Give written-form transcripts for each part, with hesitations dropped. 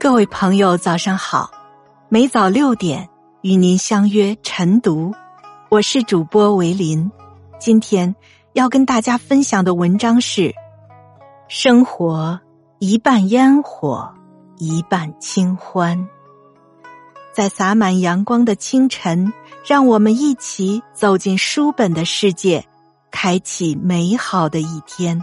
各位朋友早上好，每早6点与您相约晨读，我是主播维林。今天要跟大家分享的文章是生活一半烟火，一半清欢。在洒满阳光的清晨，让我们一起走进书本的世界，开启美好的一天。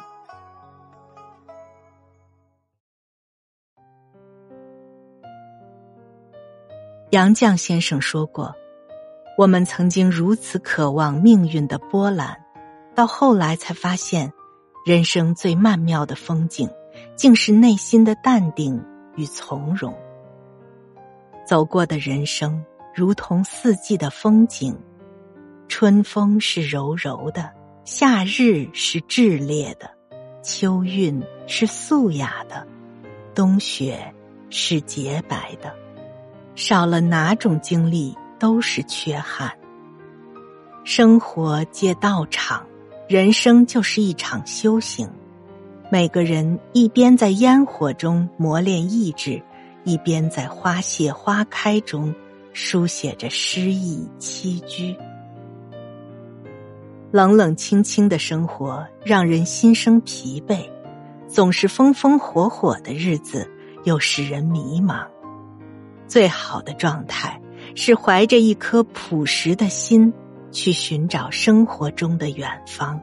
杨绛先生说过，我们曾经如此渴望命运的波澜，到后来才发现，人生最曼妙的风景，竟是内心的淡定与从容。走过的人生，如同四季的风景，春风是柔柔的，夏日是炽烈的，秋韵是素雅的，冬雪是洁白的。少了哪种经历都是缺憾。生活皆道场，人生就是一场修行。每个人一边在烟火中磨练意志，一边在花谢花开中书写着诗意栖居。冷冷清清的生活让人心生疲惫，总是风风火火的日子又使人迷茫。最好的状态是怀着一颗朴实的心，去寻找生活中的远方。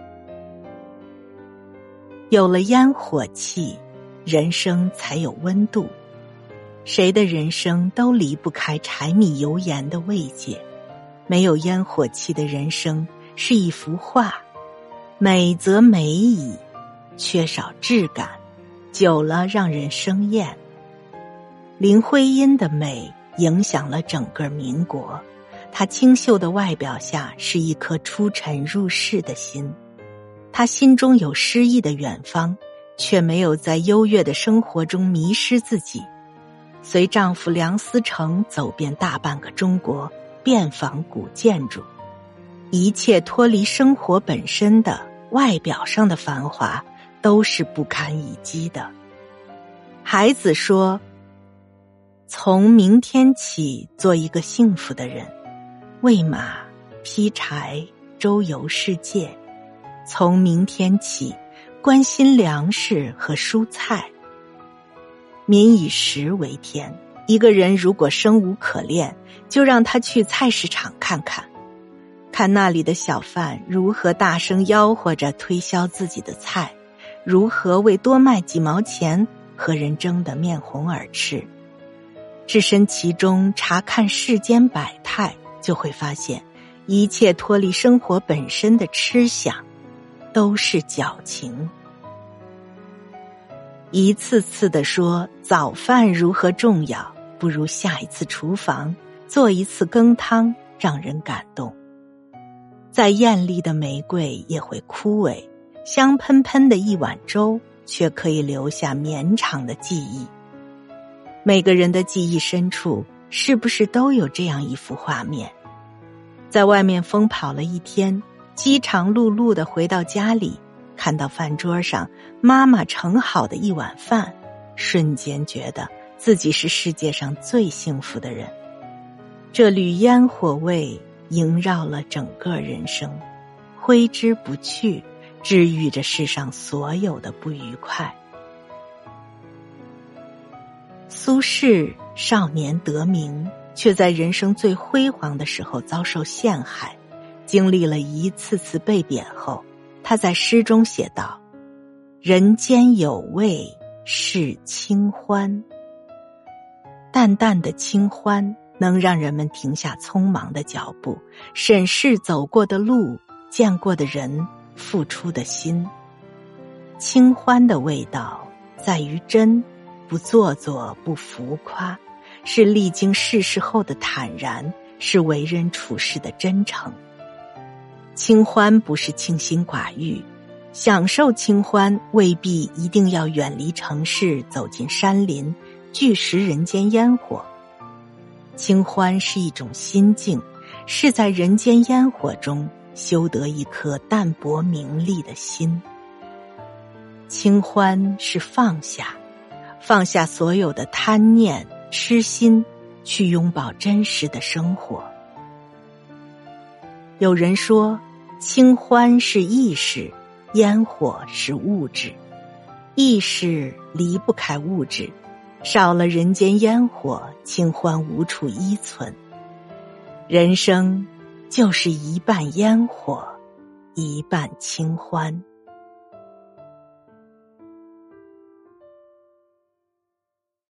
有了烟火气，人生才有温度。谁的人生都离不开柴米油盐的慰藉，没有烟火气的人生是一幅画，美则美矣，缺少质感，久了让人生厌。林徽因的美影响了整个民国，她清秀的外表下是一颗出尘入世的心，她心中有诗意的远方，却没有在优越的生活中迷失自己。随丈夫梁思成走遍大半个中国，遍访古建筑，一切脱离生活本身的外表上的繁华都是不堪一击的。孩子说，从明天起做一个幸福的人，喂马、劈柴、周游世界。从明天起，关心粮食和蔬菜。民以食为天，一个人如果生无可恋，就让他去菜市场看看，看那里的小贩如何大声吆喝着推销自己的菜，如何为多卖几毛钱和人争得面红耳赤。置身其中，查看世间百态，就会发现一切脱离生活本身的痴想都是矫情。一次次地说早饭如何重要，不如下一次厨房做一次羹汤，让人感动。再艳丽的玫瑰也会枯萎，香喷喷的一碗粥却可以留下绵长的记忆。每个人的记忆深处，是不是都有这样一幅画面？在外面疯跑了一天，饥肠辘辘地回到家里，看到饭桌上妈妈盛好的一碗饭，瞬间觉得自己是世界上最幸福的人。这缕烟火味萦绕了整个人生，挥之不去，治愈着世上所有的不愉快。苏轼少年得名，却在人生最辉煌的时候遭受陷害，经历了一次次被贬后，他在诗中写道：人间有味是清欢。淡淡的清欢能让人们停下匆忙的脚步，审视走过的路，见过的人，付出的心。清欢的味道在于真，不做作，不浮夸，是历经世事后的坦然，是为人处事的真诚。清欢不是清心寡欲，享受清欢未必一定要远离城市，走进山林，聚食人间烟火。清欢是一种心境，是在人间烟火中修得一颗淡泊名利的心。清欢是放下， 放下所有的贪念、痴心，去拥抱真实的生活。有人说，清欢是意识，烟火是物质。意识离不开物质，少了人间烟火，清欢无处依存。人生就是一半烟火，一半清欢。